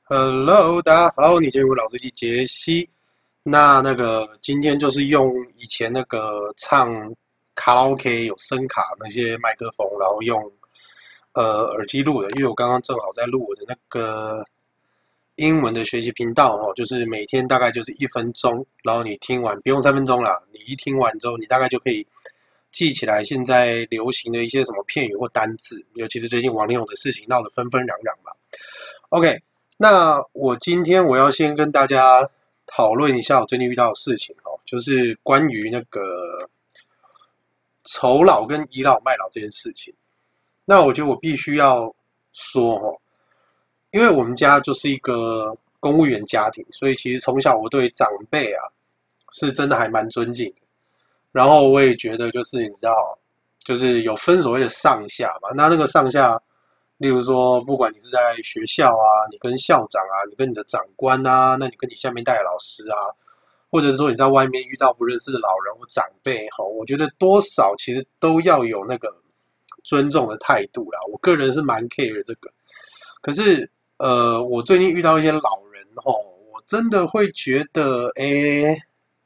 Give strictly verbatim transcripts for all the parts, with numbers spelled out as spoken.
Hello，大家好，你好，我老司机杰西。那那个今天就是用以前那个唱卡拉 OK 有声卡那些麦克风，然后用呃耳机录的，因为我刚刚正好在录我的那个英文的学习频道哦，就是每天大概就是一分钟，然后你听完不用三分钟啦，你一听完之后，你大概就可以记起来现在流行的一些什么片语或单字，尤其是最近王力宏的事情闹得纷纷攘攘嘛。OK，那我今天我要先跟大家讨论一下我最近遇到的事情哦，就是关于那个酬劳跟倚老卖老这件事情。那我觉得我必须要说哦，因为我们家就是一个公务员家庭，所以其实从小我对长辈啊是真的还蛮尊敬的。然后我也觉得就是你知道，就是有分所谓的上下嘛，那那个上下。例如说，不管你是在学校啊，你跟校长啊，你跟你的长官啊，那你跟你下面带的老师啊，或者是说你在外面遇到不认识的老人或长辈，哈，我觉得多少其实都要有那个尊重的态度啦。我个人是蛮 care 这个，可是呃，我最近遇到一些老人，哈，我真的会觉得，诶，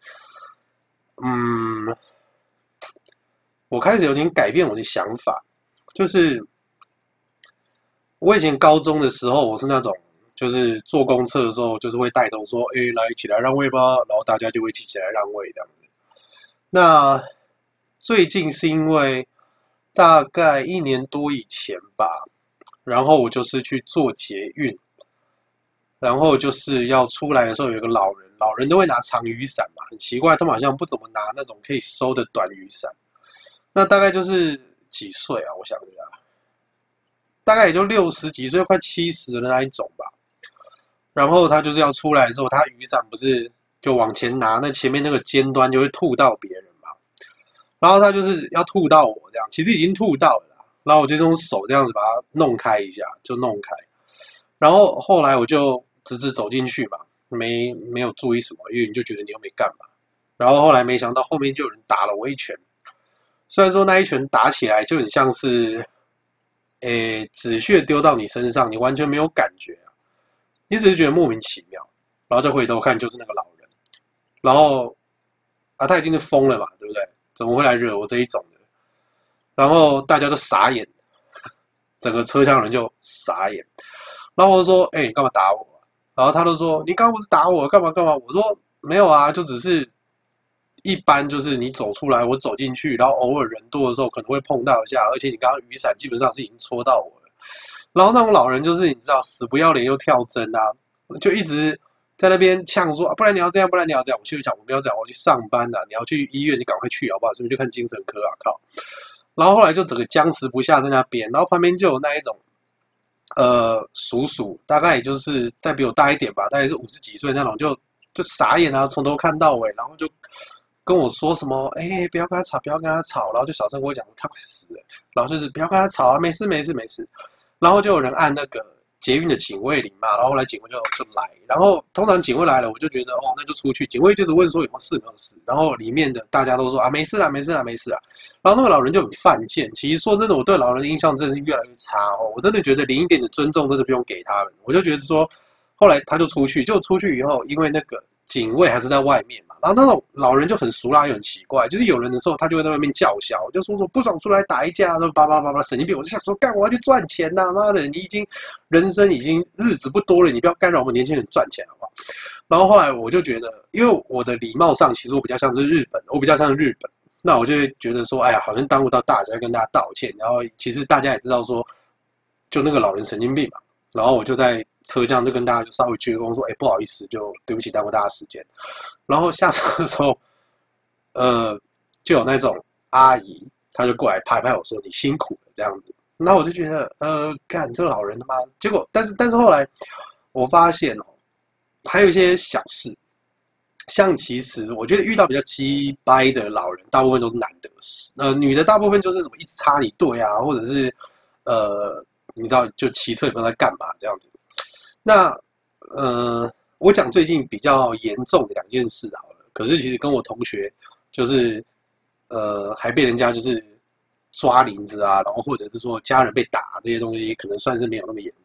嗯，我开始有点改变我的想法，就是我以前高中的时候，我是那种就是坐公车的时候，就是会带头说：“哎，来起来让位吧。”然后大家就会一起起来让位这样子。那最近是因为大概一年多以前吧，然后我就是去做捷运，然后就是要出来的时候，有一个老人，老人都会拿长雨伞嘛，很奇怪，他们好像不怎么拿那种可以收的短雨伞。那大概就是几岁啊？我想一下，大概也就六十几岁，快七十的那一种吧。然后他就是要出来的时候，他雨伞不是就往前拿，那前面那个尖端就会吐到别人嘛。然后他就是要吐到我这样，其实已经吐到了啦。然后我就用手这样子把它弄开一下，就弄开。然后后来我就直直走进去嘛，没没有注意什么，因为你就觉得你又没干嘛。然后后来没想到后面就有人打了我一拳，虽然说那一拳打起来就很像是，诶，纸屑丢到你身上，你完全没有感觉啊，你只是觉得莫名其妙，然后再回头看就是那个老人，然后啊他已经是疯了嘛，对不对？怎么会来惹我这一种的？然后大家都傻眼，整个车厢人就傻眼，然后我就说：“哎、欸，你干嘛打我啊？”然后他就说：“你刚刚不是打我，干嘛干嘛？”我说：“没有啊，就只是一般，就是你走出来，我走进去，然后偶尔人多的时候可能会碰到一下，而且你刚刚雨伞基本上是已经戳到我了。”然后那种老人就是你知道死不要脸又跳针啊，就一直在那边呛说、啊，不然你要这样，不然你要这样。我就讲我不要这样，我要去上班啊，你要去医院，你赶快去好不好？所以就看精神科啊，靠！然后后来就整个僵持不下在那边，然后旁边就有那一种呃叔叔，大概也就是再比我大一点吧，大概是五十几岁那种，就就傻眼啊，从头看到尾，然后就跟我说什么，哎、欸，不要跟他吵，不要跟他吵，然后就小声跟我讲，他快死了，然后就是不要跟他吵啊，没事没事没事，然后就有人按那个捷运的警卫铃嘛，然后后来警卫就就来，然后通常警卫来了，我就觉得哦，那就出去，警卫就是问说有没有事有没有事，然后里面的大家都说啊没事啦没事啦没事啦，然后那个老人就很犯贱，其实说真的，我对老人的印象真的是越来越差哦，我真的觉得零一点的尊重真的不用给他们，我就觉得说，后来他就出去，就出去以后，因为那个警卫还是在外面嘛，然后那种老人就很俗辣又很奇怪，就是有人的时候他就会在外面叫嚣，就说说不爽出来打一架，那叭叭叭叭神经病，我就想说干我要去赚钱呐、啊，妈的，你已经人生已经日子不多了，你不要干扰我们年轻人赚钱好不好？然后后来我就觉得，因为我的礼貌上其实我比较像是日本，我比较像是日本。那我就会觉得说，哎呀，好像耽误到大家，跟大家道歉。然后其实大家也知道说，就那个老人神经病嘛。然后我就在车上就跟大家就稍微鞠躬说，哎，不好意思，就对不起耽误大家时间。然后下车的时候，呃，就有那种阿姨，她就过来拍拍我说你辛苦了这样子。那我就觉得，呃，干这个老人他妈，结果但是但是后来我发现哦，还有一些小事，像其实我觉得遇到比较鸡掰的老人，大部分都是男的，呃，女的大部分就是什么一直插你队啊，或者是呃，你知道就骑车也不知道在干嘛这样子。那呃，我讲最近比较严重的两件事好了，可是其实跟我同学就是呃，还被人家就是抓林子啊，然后或者是说家人被打这些东西，可能算是没有那么严重。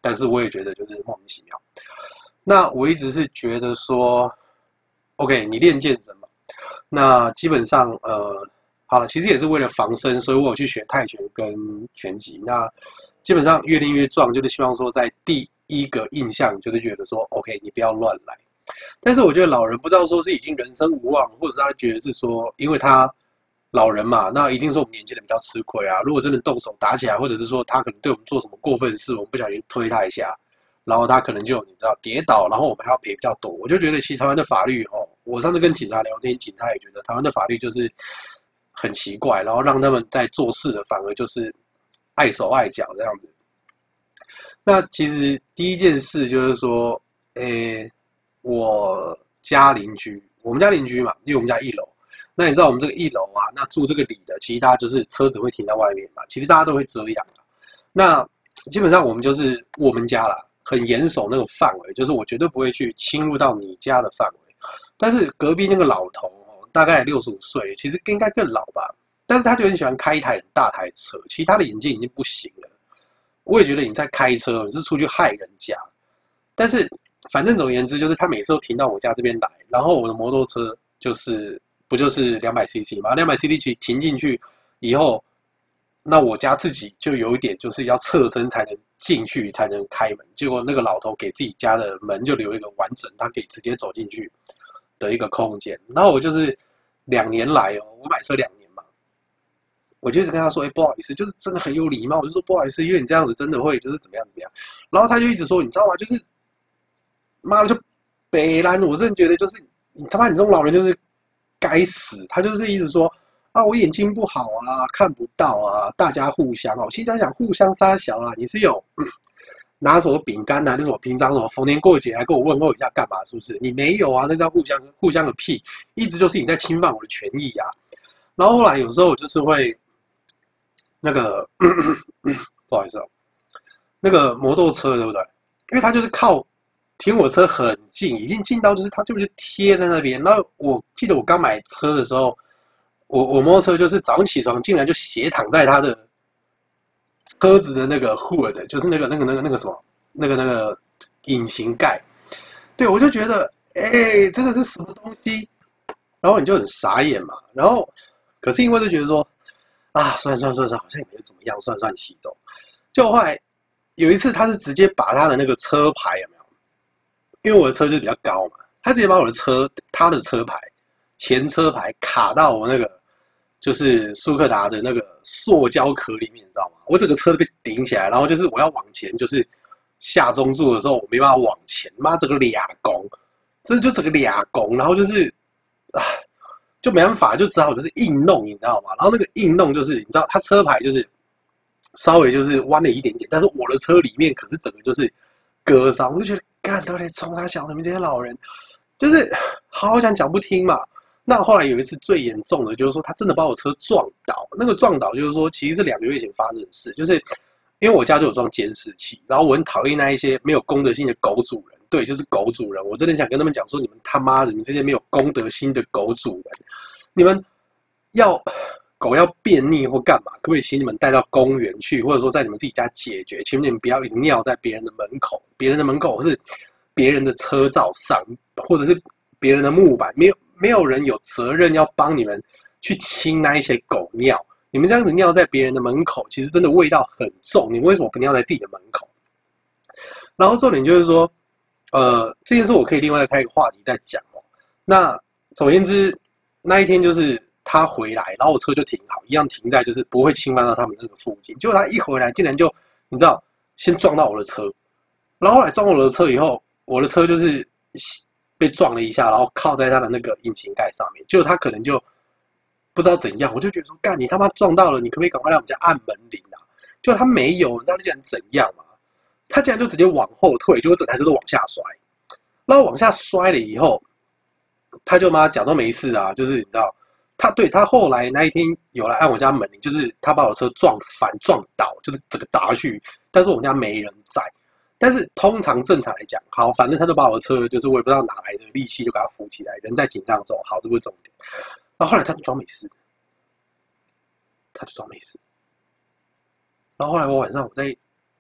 但是我也觉得就是莫名其妙。那我一直是觉得说 ，OK， 你练健身嘛，那基本上呃，好了，其实也是为了防身，所以我有去学泰拳跟拳击。那基本上越练越壮，就是希望说在第一个印象就是觉得说 ，OK， 你不要乱来。但是我觉得老人不知道说是已经人生无望，或者是他觉得是说，因为他老人嘛，那一定是我们年轻人比较吃亏啊。如果真的动手打起来，或者是说他可能对我们做什么过分事，我们不小心推他一下，然后他可能就你知道跌倒，然后我们还要赔比较多。我就觉得其实台湾的法律哦，我上次跟警察聊天，警察也觉得台湾的法律就是很奇怪，然后让他们在做事的反而就是碍手碍脚这样子。那其实第一件事就是说，诶。我家邻居，我们家邻居嘛，因为我们家一楼。那你知道我们这个一楼啊，那住这个里的，其实大家就是车子会停在外面嘛，其实大家都会这样啊。那基本上我们就是我们家啦，很严守那种范围，就是我绝对不会去侵入到你家的范围。但是隔壁那个老头哦，大概六十五岁，其实应该更老吧，但是他就很喜欢开一台很大台车，其实他的眼睛已经不行了。我也觉得你在开车，你是出去害人家，但是。反正总而言之，就是他每次都停到我家这边来，然后我的摩托车就是不就是两百 C C 嘛，两百 C C 停进去以后，那我家自己就有一点就是要侧身才能进去，才能开门。结果那个老头给自己家的门就留一个完整，他可以直接走进去的一个空间。然后我就是两年来哦，我买车两年嘛，我就一直跟他说，哎、欸，不好意思，就是真的很有礼貌，我就说不好意思，因为你这样子真的会就是怎么样怎么样。然后他就一直说，你知道吗？就是。妈的，就北兰，我真的觉得就是你他妈你这种老人就是该死，他就是一直说啊我眼睛不好啊，看不到啊，大家互相哦，我心里在想互相杀小啦，你是有、嗯、拿什么饼干啊，那是我平常什么逢年过节来跟我问候一下干嘛？是不是？你没有啊，那叫互相互相的屁，一直就是你在侵犯我的权益啊。然后后来有时候我就是会那个咳咳咳不好意思哦，那个摩托车对不对？因为他就是靠。停我车很近，已经近到就是它就是贴在那边。然后我记得我刚买车的时候，我我摩托车就是早上起床竟然就斜躺在它的车子的那个 hood， 就是那个那个那个那个什么那个那个引擎盖。对，我就觉得，哎、欸，这个是什么东西？然后你就很傻眼嘛。然后可是因为就觉得说，啊，算了算了算了，好像也没怎么样，算了算了骑走。就后来有一次，他是直接把他的那个车牌有没有？因为我的车就比较高嘛，他直接把我的车，他的车牌前车牌卡到我那个就是苏克达的那个塑胶壳里面，你知道吗？我整个车被顶起来，然后就是我要往前，就是下中柱的时候，我没办法往前，妈整个俩拱，真的就整个俩拱，然后就是啊，就没办法，就只好就是硬弄，你知道吗？然后那个硬弄就是你知道，他车牌就是稍微就是弯了一点点，但是我的车里面可是整个就是割伤，我就觉得。干都得冲他小，你们这些老人，就是好好讲讲不听嘛。那后来有一次最严重的，就是说他真的把我车撞倒。那个撞倒就是说，其实是两个月前发生的事，就是因为我家就有装监视器，然后我很讨厌那一些没有公德心的狗主人。对，就是狗主人，我真的想跟他们讲说，你们他妈的，你们这些没有公德心的狗主人，你们要。狗要便秘或干嘛，可不可以请你们带到公园去，或者说在你们自己家解决？请你们不要一直尿在别人的门口，别人的门口是别人的车罩上，或者是别人的木板，没有没有人有责任要帮你们去清那一些狗尿。你们这样子尿在别人的门口，其实真的味道很重。你为什么不尿在自己的门口？然后重点就是说，呃，这件事我可以另外开一个话题再讲哦。那总而言之，那一天就是。他回来，然后我车就停好，一样停在就是不会侵犯到他们那个附近。结果他一回来，竟然就你知道，先撞到我的车，然后后来撞我的车以后，我的车就是被撞了一下，然后靠在他的那个引擎盖上面。结果他可能就不知道怎样，我就觉得说，干你他妈撞到了，你可不可以赶快来我们家按门铃啊？就他没有，你知道他竟然怎样吗？他竟然就直接往后退，结果整台车都往下摔，然后往下摔了以后，他就妈假装没事啊，就是你知道。他对他后来那一天有来按我家门铃，就是他把我车撞翻撞倒，就是整个打下去。但是我们家没人在。但是通常正常来讲，好，反正他就把我的车，就是我也不知道哪来的力气，就给他扶起来。人在紧张的时候，好，这不是重点。然后后来他就装没事，他就装没事。然后后来我晚上我在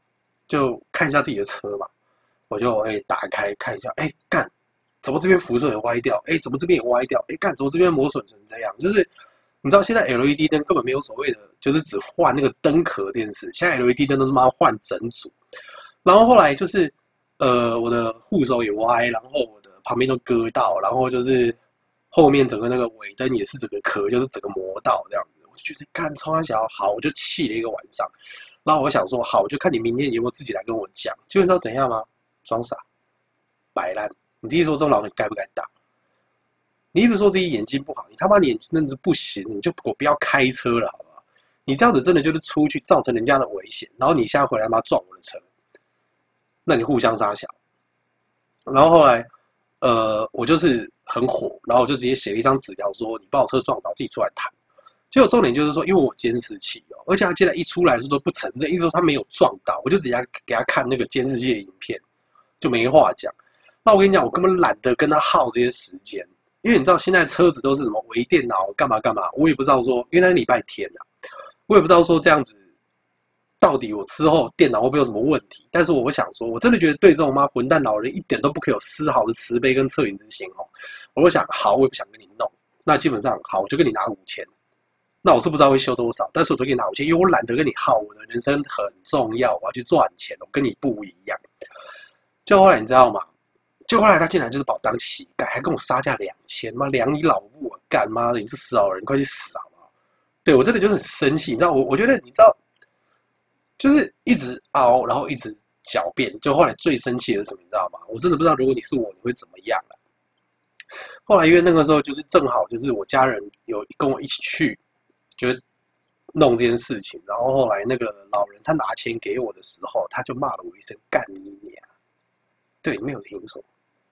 就看一下自己的车嘛，我就哎、欸、打开看一下，哎、欸、干，怎么这边辐射也歪掉？哎、欸，怎么这边也歪掉？哎、欸、干，怎么这边磨损成这样？就是你知道现在 L E D 灯根本没有所谓的，就是只换那个灯壳这件事，现在 L E D 灯都他妈换整组。然后后来就是呃我的护手也歪，然后我的旁边都割到，然后就是后面整个那个尾灯也是整个壳就是整个磨到这样子，我就觉得干超他小好，我就气了一个晚上。然后我想说好，我就看你明天有没有自己来跟我讲。结果你知道怎样吗？装傻，摆烂。你自己说这种老人该不该打？你一直说自己眼睛不好，你他妈眼睛真的是不行，你就我不要开车了，好不好？你这样子真的就是出去造成人家的危险，然后你现在回来妈撞我的车，那你互相杀小。然后后来，呃，我就是很火，然后我就直接写了一张纸条说，你把我车撞倒，自己出来谈。结果重点就是说，因为我监视器哦，而且他进来一出来的时候都不承认，意思说他没有撞到，我就直接给他看那个监视器的影片，就没话讲。那我跟你讲，我根本懒得跟他耗这些时间，因为你知道现在车子都是什么微电脑干嘛干嘛，我也不知道说，因为那是礼拜天啊，我也不知道说这样子到底我之后电脑会不会有什么问题。但是我会想说，我真的觉得对这种妈混蛋老人一点都不可以有丝毫的慈悲跟恻隐之心哦。我就想，好，我也不想跟你弄，那基本上好，我就跟你拿五千。那我是不知道会修多少，但是我都给你拿五千，因为我懒得跟你耗，我的人生很重要，我要去赚钱，我跟你不一样。就后来你知道吗？就后来他竟然就是把我当乞丐，还跟我杀价两千，妈量你老母啊！干妈的，你是死老人，你快去死好不好？对我真的就是很生气，你知道我我觉得你知道，就是一直熬，然后一直狡辩，就后来最生气的是什么，你知道吗？我真的不知道如果你是我，你会怎么样啊？后来因为那个时候就是正好就是我家人有跟我一起去。就弄这件事情，然后后来那个老人他拿钱给我的时候，他就骂了我一声“干你娘”。对，你没有听错，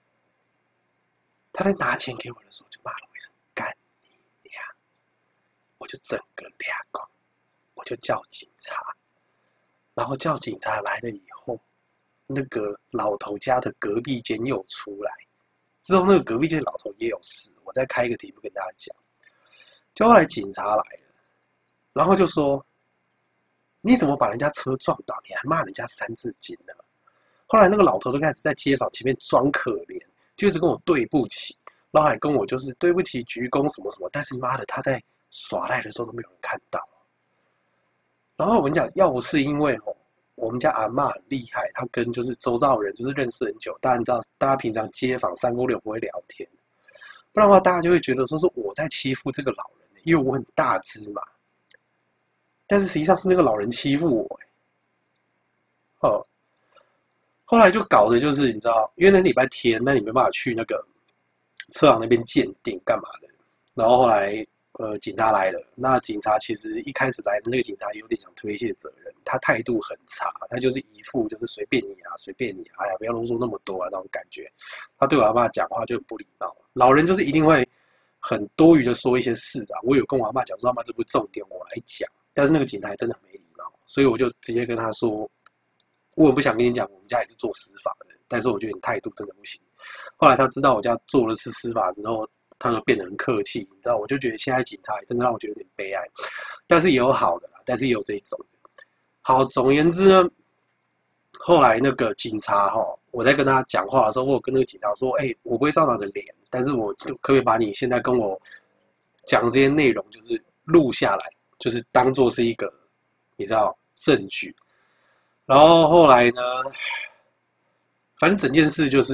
他在拿钱给我的时候就骂了我一声“干你娘”，我就整个俩拱，我就叫警察，然后叫警察来了以后，那个老头家的隔壁间又出来，之后那个隔壁间老头也有事，我再开一个题目跟大家讲。就后来警察来了。然后就说：“你怎么把人家车撞倒？你还骂人家三字经呢？”后来那个老头就开始在街坊前面装可怜，就一直跟我对不起，然后还跟我就是对不起鞠躬什么什么。但是妈的，他在耍赖的时候都没有人看到。然后我们讲，要不是因为哦，我们家阿嬷很厉害，她跟就是周遭人就是认识很久，大家知道，大家平常街坊三姑六婆会聊天，不然的话大家就会觉得说是我在欺负这个老人，因为我很大只嘛。但是实际上是那个老人欺负我，哦，后来就搞的就是你知道，因为那礼拜天，那你没办法去那个车行那边鉴定干嘛的。然后后来呃警察来了，那警察其实一开始来的那个警察有点想推卸责任，他态度很差，他就是一副就是随便你啊，随便你，哎呀不要啰嗦那么多啊那种感觉。他对我阿嬷讲话就很不礼貌，老人就是一定会很多余的说一些事啊。我有跟我阿嬷讲说，阿嬷这不重点，我来讲。但是那个警察真的很没礼貌，所以我就直接跟他说，我很不想跟你讲，我们家也是做司法的，但是我觉得你态度真的不行。后来他知道我家做的是司法之后，他就变得很客气，你知道，我就觉得现在警察也真的让我觉得有点悲哀。但是也有好的啦，但是也有这一种的。好，总而言之呢，后来那个警察哈，我在跟他讲话的时候，我有跟那个警察说，哎、欸，我不会照到你的脸，但是我就可不可以把你现在跟我讲的这些内容就是录下来。就是当做是一个，你知道证据，然后后来呢，反正整件事就是，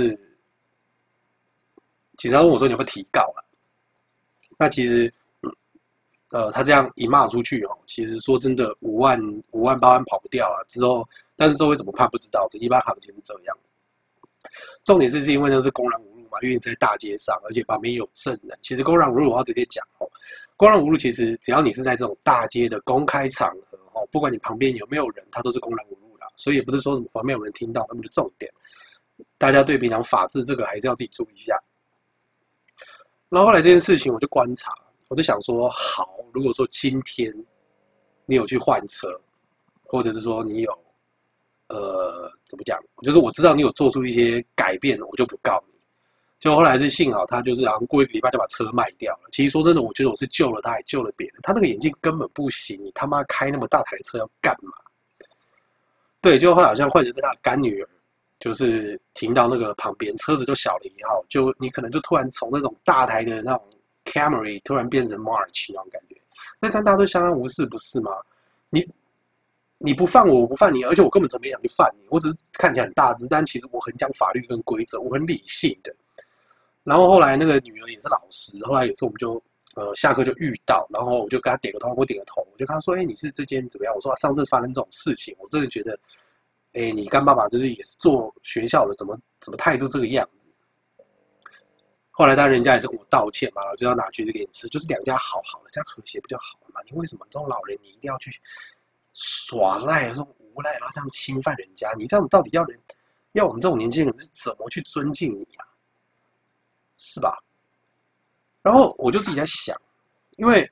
警察问我说你要不要提告啊？那其实，呃，他这样一骂出去哦，其实说真的，五万五万八万跑不掉了。之后，但是之后会怎么判不知道，这一般行情是这样。重点是是因为那是公然侮辱嘛，因为你在大街上，而且旁边有证人。其实公然侮辱我要直接讲哦。公然侮辱其实只要你是在这种大街的公开场合哦，不管你旁边有没有人，它都是公然侮辱啦。所以也不是说什么旁边有人听到，那么的重点，大家对平常法治这个还是要自己注意一下。然后后来这件事情我就观察，我就想说，好，如果说今天你有去换车，或者是说你有呃怎么讲，就是我知道你有做出一些改变，我就不告你。就后来是幸好他就是好像过一个礼拜就把车卖掉了。其实说真的，我觉得我是救了他，也救了别人。他那个眼镜根本不行，你他妈开那么大台的车要干嘛？ 对，就后来好像换成他的干女儿，就是停到那个旁边，车子就小了一号，就你可能就突然从那种大台的那种 Camry 突然变成 March 那种感觉，那大家都相安无事，不是吗？你你不犯我，我不犯你，而且我根本就没想去犯你，我只是看起来很大只，但其实我很讲法律跟规则，我很理性的。然后后来那个女儿也是老师，后来有一次我们就呃下课就遇到，然后我就跟她点个头，我点个头，我就跟她说：“哎、欸，你是这间怎么样？”我说、啊：“上次发生这种事情，我真的觉得，哎、欸，你干爸爸就是也是做学校的，怎么怎么态度这个样子。”后来当然人家也是跟我道歉嘛，然后就要拿橘子给你吃，就是两家好好的，这样和谐不就好了嘛？你为什么这种老人你一定要去耍赖，这种无赖，然后这样侵犯人家？你这样到底要人要我们这种年轻人是怎么去尊敬你啊？是吧？然后我就自己在想，因为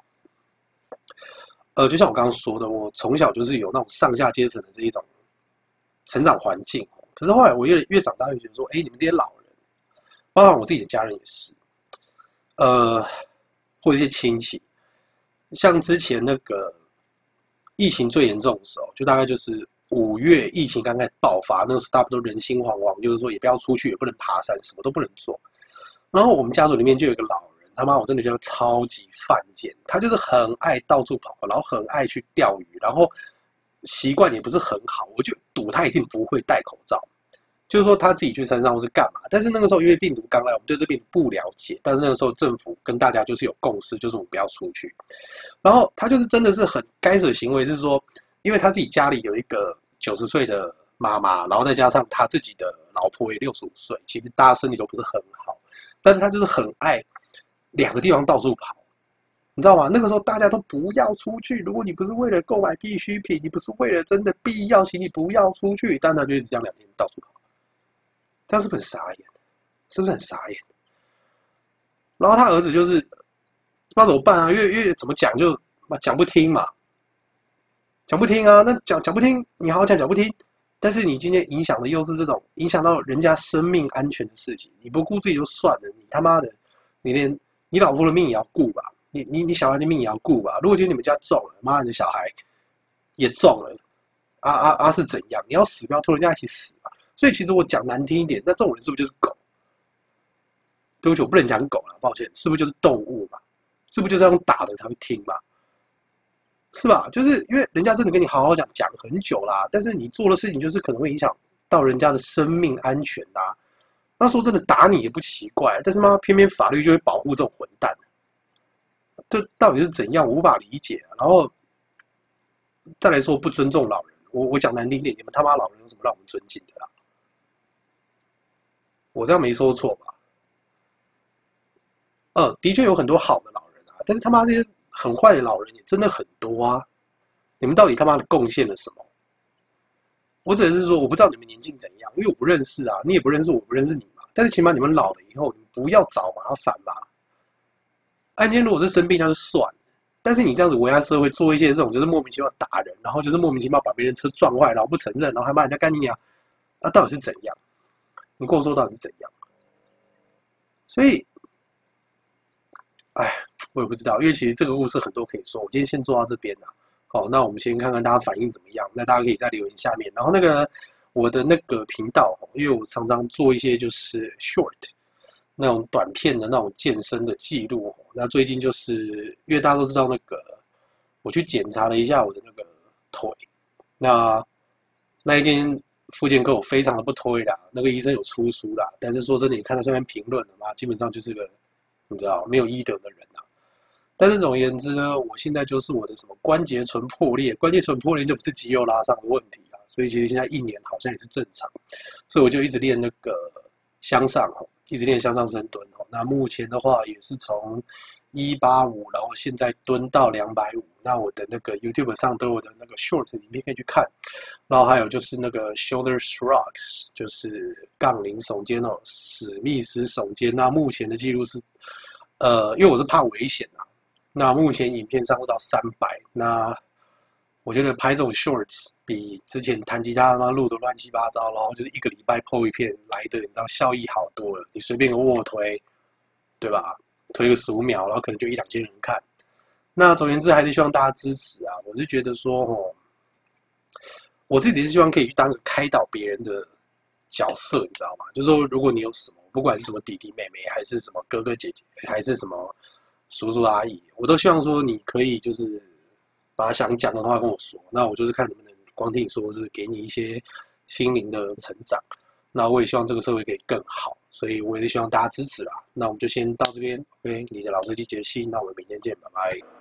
呃，就像我刚刚说的，我从小就是有那种上下阶层的这一种成长环境。可是后来我越越长大，越觉得说，哎，你们这些老人，包括我自己的家人也是，呃，或者一些亲戚，像之前那个疫情最严重的时候，就大概就是五月疫情刚开始爆发，那个时候大家都人心惶惶，就是说也不要出去，也不能爬山，什么都不能做。然后我们家族里面就有一个老人，他妈我真的觉得超级犯贱，他就是很爱到处跑，然后很爱去钓鱼，然后习惯也不是很好，我就赌他一定不会戴口罩。就是说他自己去山上或是干嘛，但是那个时候因为病毒刚来，我们对这病毒不了解，但是那个时候政府跟大家就是有共识，就是我们不要出去。然后他就是真的是很该死的行为，是说，因为他自己家里有一个九十岁的妈妈，然后再加上他自己的老婆也六十五岁，其实大家身体都不是很好，但是他就是很爱两个地方到处跑。你知道吗？那个时候大家都不要出去。如果你不是为了购买必需品，你不是为了真的必要，请你不要出去。但他就一直这样两天到处跑，这样是不是很傻眼？是不是很傻眼？然后他儿子就是不知道怎么办啊，越越怎么讲就讲不听嘛，讲不听啊。那讲讲不听，你好好讲讲不听，但是你今天影响的又是这种影响到人家生命安全的事情，你不顾自己就算了，你他妈的，你连你老婆的命也要顾吧？你你你小孩的命也要顾吧？如果今天你们家中了，妈，你的小孩也中了，啊啊啊是怎样？你要死不要拖人家一起死嘛？所以其实我讲难听一点，那这种人是不是就是狗？对不起，我不能讲狗了，抱歉，是不是就是动物嘛？是不是就是要用打的才会听嘛？是吧？就是因为人家真的跟你好好讲讲很久啦，但是你做的事情就是可能会影响到人家的生命安全啦。那说真的，打你也不奇怪，但是妈偏偏法律就会保护这种混蛋。这到底是怎样？我无法理解、啊。然后再来说不尊重老人，我我讲难听点，你们他妈老人有什么让我们尊敬的啦？我这样没说错吧？呃，的确有很多好的老人啊，但是他妈这些很坏的老人也真的很多啊。你们到底他妈的贡献了什么？我只是说，我不知道你们年纪怎样，因为我不认识啊，你也不认识我，不认识你嘛。但是起码你们老了以后，你们不要找麻烦嘛。今天如果是生病，那就算了。但是你这样子危害社会，做一些这种就是莫名其妙打人，然后就是莫名其妙把别人车撞坏，然后不承认，然后还骂人家干你娘，那、啊、到底是怎样？你跟我说到底是怎样？所以，哎，我也不知道，因为其实这个故事很多可以说。我今天先做到这边啦。好，那我们先看看大家反应怎么样。那大家可以在留言下面。然后那个我的那个频道，因为我常常做一些就是 short。那种短片的那种健身的记录，那最近就是因为大家都知道那个，我去检查了一下我的那个腿，那那一间复健科我非常的不推啦，那个医生有出书啦，但是说真的，你看到上面评论的嘛，基本上就是个你知道没有医德的人啊。但是总而言之呢，我现在就是我的什么关节唇破裂，关节唇破裂就不是肌肉拉伤的问题啦，所以其实现在一年好像也是正常，所以我就一直练那个向上一直练向上深蹲，那目前的话也是从一八五，然后现在蹲到两百五。那我的那个 YouTube 上都有的那个 short 影片可以去看。然后还有就是那个 shoulder shrugs， 就是杠铃耸肩哦，史密斯耸肩。那目前的记录是，呃，因为我是怕危险啊，那目前影片上会到三百。那我觉得拍这种 shorts 比之前弹吉他他妈录的乱七八糟，然后就是一个礼拜 po 一片来的，你知道效益好多了。你随便个卧推，对吧？推个十五秒，然后可能就一两千人看。那总而言之，还是希望大家支持啊！我是觉得说，哦， 我自己是希望可以去当个开导别人的角色，你知道吗？就是说，如果你有什么，不管是什么弟弟妹妹，还是什么哥哥姐姐，还是什么叔叔阿姨，我都希望说你可以就是把想讲的话跟我说，那我就是看能不能光听你说，就是给你一些心灵的成长。那我也希望这个社会可以更好，所以我也希望大家支持啦。那我们就先到这边 ，OK？你的老司机杰西，那我们明天见，拜拜。